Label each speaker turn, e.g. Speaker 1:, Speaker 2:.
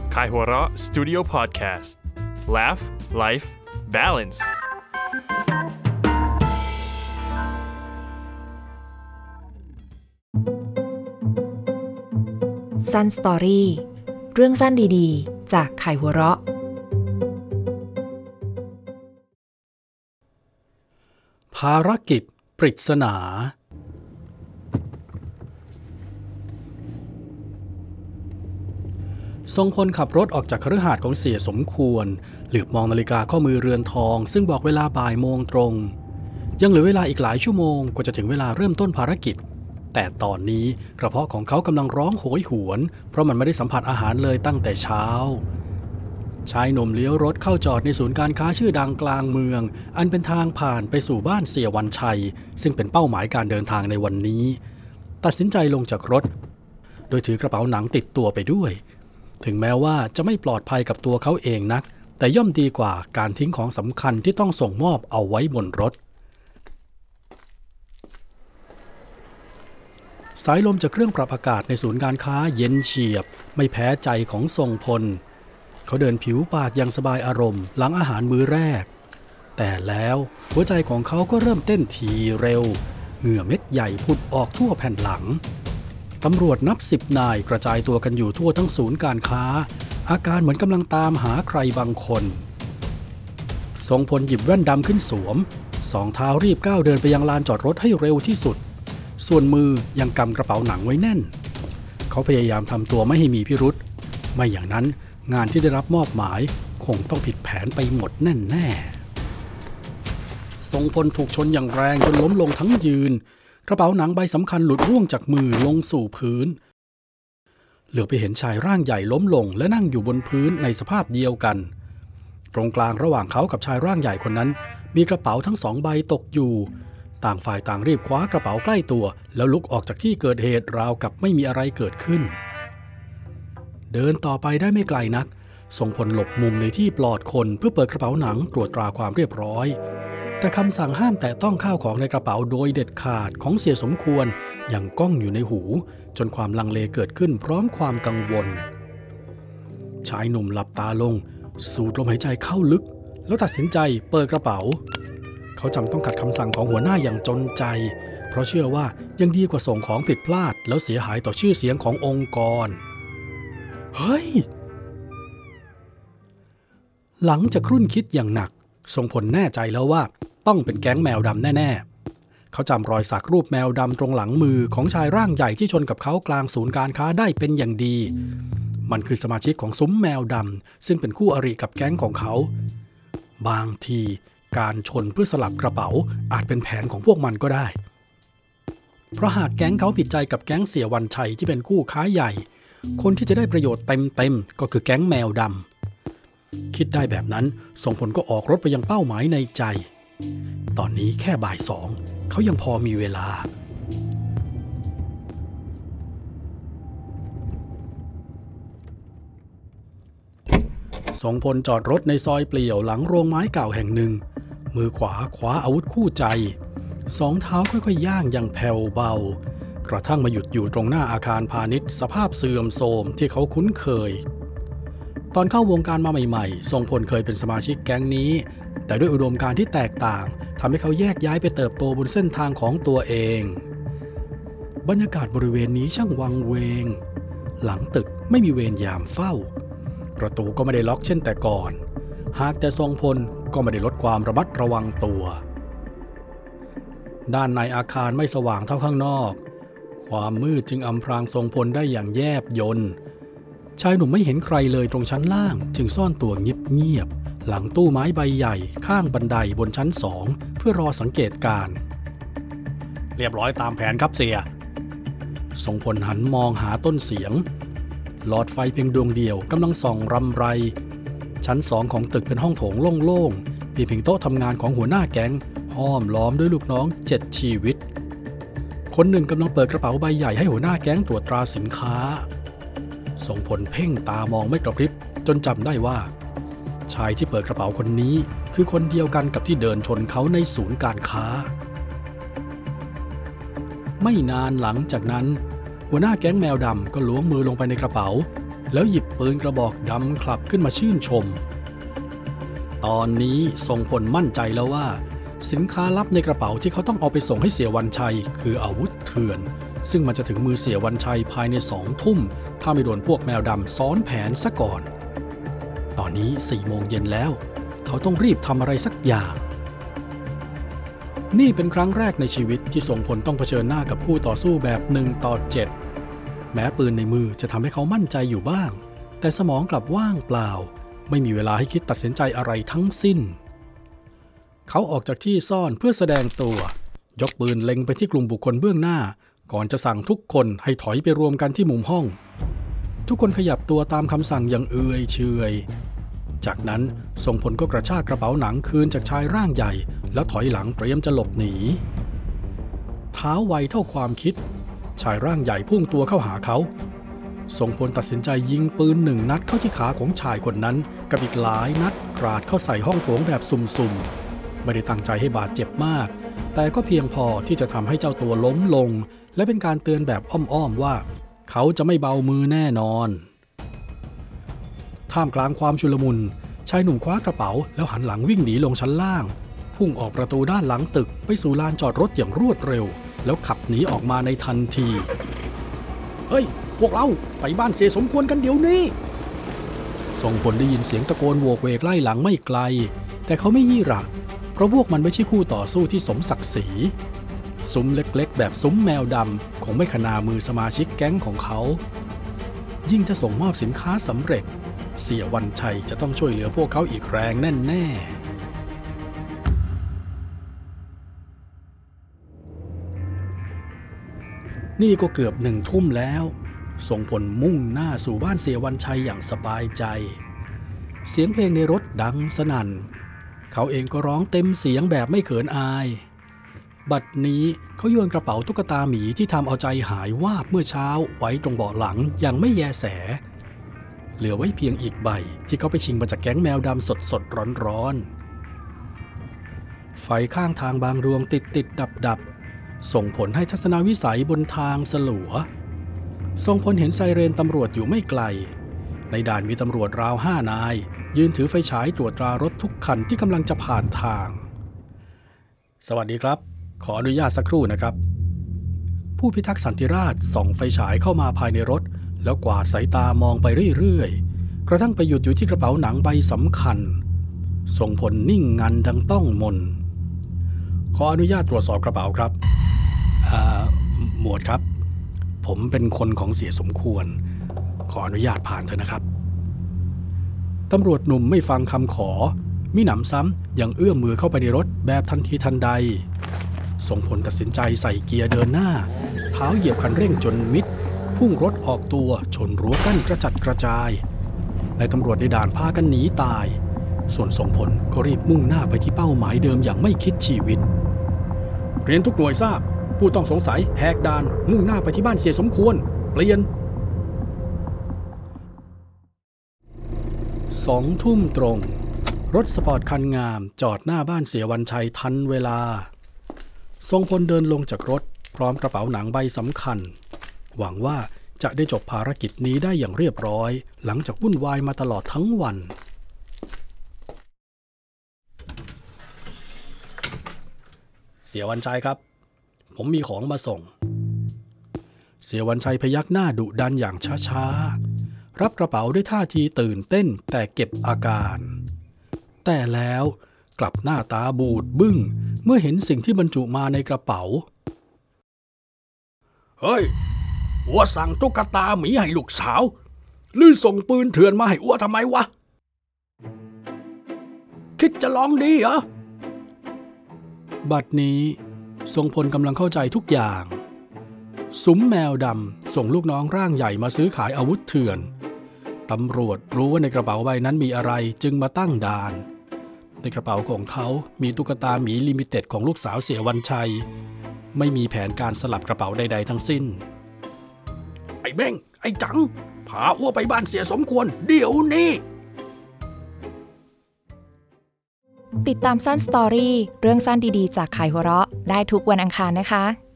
Speaker 1: Kaihura Studio Podcast Laugh Life Balance
Speaker 2: Sun Story เรื่องสั้นดีๆจากไข่หัวเราะ
Speaker 3: ภารกิจปริศนาทรงพลขับรถออกจากคฤหาสน์ของเสียสมควรเหลือบมองนาฬิกาข้อมือเรือนทองซึ่งบอกเวลาบ่ายโมงตรงยังเหลือเวลาอีกหลายชั่วโมงกว่าจะถึงเวลาเริ่มต้นภารกิจแต่ตอนนี้กระเพาะของเขากำลังร้องโหยหวนเพราะมันไม่ได้สัมผัสอาหารเลยตั้งแต่เช้าชายหนุ่มเลี้ยวรถเข้าจอดในศูนย์การค้าชื่อดังกลางเมืองอันเป็นทางผ่านไปสู่บ้านเสียวันชัยซึ่งเป็นเป้าหมายการเดินทางในวันนี้ตัดสินใจลงจากรถโดยถือกระเป๋าหนังติดตัวไปด้วยถึงแม้ว่าจะไม่ปลอดภัยกับตัวเขาเองนักแต่ย่อมดีกว่าการทิ้งของสำคัญที่ต้องส่งมอบเอาไว้บนรถสายลมจากเครื่องปรับอากาศในศูนย์การค้าเย็นเฉียบไม่แพ้ใจของทรงพลเขาเดินผิวปากอย่างสบายอารมณ์หลังอาหารมื้อแรกแต่แล้วหัวใจของเขาก็เริ่มเต้นทีเร็วเหงื่อเม็ดใหญ่ผุดออกทั่วแผ่นหลังตำรวจนับ10นายกระจายตัวกันอยู่ทั่วทั้งศูนย์การค้าอาการเหมือนกำลังตามหาใครบางคนทรงพลหยิบแว่นดำขึ้นสวมสองเท้ารีบก้าวเดินไปยังลานจอดรถให้เร็วที่สุดส่วนมือยังกำกระเป๋าหนังไว้แน่นเขาพยายามทำตัวไม่ให้มีพิรุธไม่อย่างนั้นงานที่ได้รับมอบหมายคงต้องผิดแผนไปหมดแน่ๆทรงพลถูกชนอย่างแรงจนล้มลงทั้งยืนกระเป๋าหนังใบสำคัญหลุดร่วงจากมือลงสู่พื้นเหลือไปเห็นชายร่างใหญ่ล้มลงและนั่งอยู่บนพื้นในสภาพเดียวกันตรงกลางระหว่างเขากับชายร่างใหญ่คนนั้นมีกระเป๋าทั้ง2ใบตกอยู่ต่างฝ่ายต่างรีบคว้ากระเป๋าใกล้ตัวแล้วลุกออกจากที่เกิดเหตุราวกับไม่มีอะไรเกิดขึ้นเดินต่อไปได้ไม่ไกลนักทรงพลหลบมุมในที่ปลอดคนเพื่อเปิดกระเป๋าหนังตรวจตราความเรียบร้อยแต่คำสั่งห้ามแตะต้องข้าวของในกระเป๋าโดยเด็ดขาดของเสียสมควรยังก้องอยู่ในหูจนความลังเลเกิดขึ้นพร้อมความกังวลชายหนุ่มหลับตาลงสูดลมหายใจเข้าลึกแล้วตัดสินใจเปิดกระเป๋าเขาจำต้องขัดคำสั่งของหัวหน้าอย่างจนใจเพราะเชื่อว่ายังดีกว่าส่งของผิดพลาดแล้วเสียหายต่อชื่อเสียงขององค์กรเฮ้ยหลังจากครุ่นคิดอย่างหนักทรงพลแน่ใจแล้วว่าต้องเป็นแก๊งแมวดำแน่ๆเขาจำรอยสักรูปแมวดำตรงหลังมือของชายร่างใหญ่ที่ชนกับเขากลางศูนย์การค้าได้เป็นอย่างดีมันคือสมาชิกของซุ้มแมวดำซึ่งเป็นคู่อริกับแก๊งของเขาบางทีการชนเพื่อสลับกระเป๋าอาจเป็นแผนของพวกมันก็ได้เพราะหากแก๊งเขาผิดใจกับแก๊งเสียวันชัยที่เป็นคู่ค้าใหญ่คนที่จะได้ประโยชน์เต็มๆก็คือแก๊งแมวดำคิดได้แบบนั้นทรงพลก็ออกรถไปยังเป้าหมายในใจตอนนี้แค่บ่าย2เขายังพอมีเวลาทรงพลจอดรถในซอยเปลี่ยวหลังโรงไม้เก่าแห่งหนึ่งมือขวาคว้าอาวุธคู่ใจสองเท้าค่อยๆย่างอย่างแผ่วเบากระทั่งมาหยุดอยู่ตรงหน้าอาคารพาณิชย์สภาพเสื่อมโทรมที่เขาคุ้นเคยตอนเข้าวงการมาใหม่ๆทรงพลเคยเป็นสมาชิกแก๊งนี้แต่ด้วยอุดมการณ์ที่แตกต่างทำให้เขาแยกย้ายไปเติบโตบนเส้นทางของตัวเองบรรยากาศบริเวณนี้ช่างวังเวงหลังตึกไม่มีเวรยามเฝ้าประตูก็ไม่ได้ล็อกเช่นแต่ก่อนหากแต่ทรงพลก็ไม่ได้ลดความระมัดระวังตัวด้านในอาคารไม่สว่างเท่าข้างนอกความมืดจึงอำพรางทรงพลได้อย่างแยบยลชายหนุ่มไม่เห็นใครเลยตรงชั้นล่างจึงซ่อนตัวเงียบๆหลังตู้ไม้ใบใหญ่ข้างบันไดบนชั้น2เพื่อรอสังเกตการณ์เรียบร้อยตามแผนครับเสียทรงพลหันมองหาต้นเสียงหลอดไฟเพียงดวงเดียวกำลังส่องรำไรชั้น2ของตึกเป็นห้องโถงโล่งๆมีเพียงโต๊ะทำงานของหัวหน้าแก๊งห้อมล้อมด้วยลูกน้อง7ชีวิตคนหนึ่งกำลังเปิดกระเป๋าใบใหญ่ให้หัวหน้าแก๊งตรวจตราสินค้าทรงพลเพ่งตามองไม่กระพริบจนจำได้ว่าชายที่เปิดกระเป๋าคนนี้คือคนเดียวกันกับที่เดินชนเขาในศูนย์การค้าไม่นานหลังจากนั้นหัวหน้าแก๊งแมวดำก็ล้วงมือลงไปในกระเป๋าแล้วหยิบปืนกระบอกดำคลับขึ้นมาชื่นชมตอนนี้ทรงพลมั่นใจแล้วว่าสินค้าลับในกระเป๋าที่เขาต้องเอาไปส่งให้เสียวันชัยคืออาวุธเถื่อนซึ่งมันจะถึงมือเสียวันชัยภายใน2 ทุ่มถ้าไม่โดนพวกแมวดำซ้อนแผนซะก่อนตอนนี้4 โมงเย็นแล้วเขาต้องรีบทำอะไรสักอย่างนี่เป็นครั้งแรกในชีวิตที่ทรงพลต้องเผชิญหน้ากับคู่ต่อสู้แบบ1 ต่อ 7แม้ปืนในมือจะทำให้เขามั่นใจอยู่บ้างแต่สมองกลับว่างเปล่าไม่มีเวลาให้คิดตัดสินใจอะไรทั้งสิ้นเขาออกจากที่ซ่อนเพื่อแสดงตัวยกปืนเล็งไปที่กลุ่มบุคคลเบื้องหน้าก่อนจะสั่งทุกคนให้ถอยไปรวมกันที่มุมห้องทุกคนขยับตัวตามคำสั่งอย่างเอื่อยเฉยจากนั้นทรงพลก็กระชากกระเป๋าหนังคืนจากชายร่างใหญ่แล้วถอยหลังเตรียมจะหลบหนีเท้าไวเท่าความคิดชายร่างใหญ่พุ่งตัวเข้าหาเขาทรงพลตัดสินใจยิงปืน1 นัดเข้าที่ขาของชายคนนั้นกับอีกหลายนัดกราดเข้าใส่ห้องโถงแบบสุ่มๆไม่ได้ตั้งใจให้บาดเจ็บมากแต่ก็เพียงพอที่จะทำให้เจ้าตัวล้มลงและเป็นการเตือนแบบอ้อมๆว่าเขาจะไม่เบามือแน่นอนท่ามกลางความชุลมุนชายหนุ่มคว้ากระเป๋าแล้วหันหลังวิ่งหนีลงชั้นล่างพุ่งออกประตูด้านหลังตึกไปสู่ลานจอดรถอย่างรวดเร็วแล้วขับหนีออกมาในทันทีเฮ้ยพวกเราไปบ้านเสียสมควรกันเดี๋ยวนี้ทรงพลได้ยินเสียงตะโกนโวกเวกไล่หลังไม่ไกลแต่เขาไม่ยี่หระเพราะพวกมันไม่ใช่คู่ต่อสู้ที่สมศักดิ์ศรีซุ้มเล็กๆแบบซุ้มแมวดำคงไม่ขนามือสมาชิกแก๊งของเขายิ่งถ้าส่งมอบสินค้าสำเร็จเสียวันชัยจะต้องช่วยเหลือพวกเขาอีกแรงแน่ๆนี่ก็เกือบ1 ทุ่มแล้วทรงพลมุ่งหน้าสู่บ้านเสียวันชัยอย่างสบายใจเสียงเพลงในรถดังสนั่นเขาเองก็ร้องเต็มเสียงแบบไม่เขินอายบัดนี้เขาโยนกระเป๋าตุ๊กตาหมีที่ทำเอาใจหายวาบเมื่อเช้าไว้ตรงเบาะหลังอย่างไม่แยแสเหลือไว้เพียงอีกใบที่เขาไปชิงมาจากแก๊งแมวดำสดๆร้อนๆไฟข้างทางบางดวงติดดับส่งผลให้ทัศนวิสัยบนทางสลัวทรงพลเห็นไซเรนตำรวจอยู่ไม่ไกลในด่านมีตำรวจราว5 นายยืนถือไฟฉายตรวจตรารถทุกคันที่กำลังจะผ่านทางสวัสดีครับขออนุญาตสักครู่นะครับผู้พิทักษ์สันติราษฎร์ส่องไฟฉายเข้ามาภายในรถแล้วกวาดสายตามองไปเรื่อยๆกระทั่งไปหยุดอยู่ที่กระเป๋าหนังใบสำคัญทรงพลนิ่งงันดังต้องมนขออนุญาตตรวจสอบกระเป๋าครับหมวดครับผมเป็นคนของเสียสมควรขออนุญาตผ่านเถอะนะครับตำรวจหนุ่มไม่ฟังคำขอมิหนำซ้ำยังเอื้อมมือเข้าไปในรถแบบทันทีทันใดทรงพลตัดสินใจใส่เกียร์เดินหน้าเท้าเหยียบคันเร่งจนมิดพุ่งรถออกตัวชนรั้วกั้นกระจัดกระจายนายตำรวจในด่านพากันหนีตายส่วนทรงพลก็รีบมุ่งหน้าไปที่เป้าหมายเดิมอย่างไม่คิดชีวิตเรียนทุกหน่วยทราบผู้ต้องสงสัยแหกด่านมุ่งหน้าไปที่บ้านเสียสมควรเปลี่ยน2 ทุ่มตรงรถสปอร์ตคันงามจอดหน้าบ้านเสียวันชัยทันเวลาทรงพลเดินลงจากรถพร้อมกระเป๋าหนังใบสำคัญหวังว่าจะได้จบภารกิจนี้ได้อย่างเรียบร้อยหลังจากวุ่นวายมาตลอดทั้งวันเสียวันชัยครับผมมีของมาส่งเสียวันชัยพยักหน้าดุดันอย่างช้าๆรับกระเป๋าด้วยท่าทีตื่นเต้นแต่เก็บอาการแต่แล้วกลับหน้าตาบูดบึ้งเมื่อเห็นสิ่งที่บรรจุมาในกระเป๋าเฮ้ยอัวสั่งตุ๊กตาหมีให้ลูกสาวลือส่งปืนเถื่อนมาให้อัวทำไมวะคิดจะลองดีเหรอบัดนี้ทรงพลกำลังเข้าใจทุกอย่างซุ้มแมวดำส่งลูกน้องร่างใหญ่มาซื้อขายอาวุธเถื่อนตำรวจรู้ว่าในกระเป๋าใบนั้นมีอะไรจึงมาตั้งด่านในกระเป๋าของเขามีตุ๊กตาหมีลิมิเต็ดของลูกสาวเสียวันชัยไม่มีแผนการสลับกระเป๋าใดๆทั้งสิ้นไอ้เบ้งไอ้จังพาอ้วไปบ้านเสียสมควรเดี๋ยวนี้
Speaker 2: ติดตามสั้นสตอรี่เรื่องสั้นดีๆจากข่ายหัวเราะได้ทุกวันอังคารนะคะ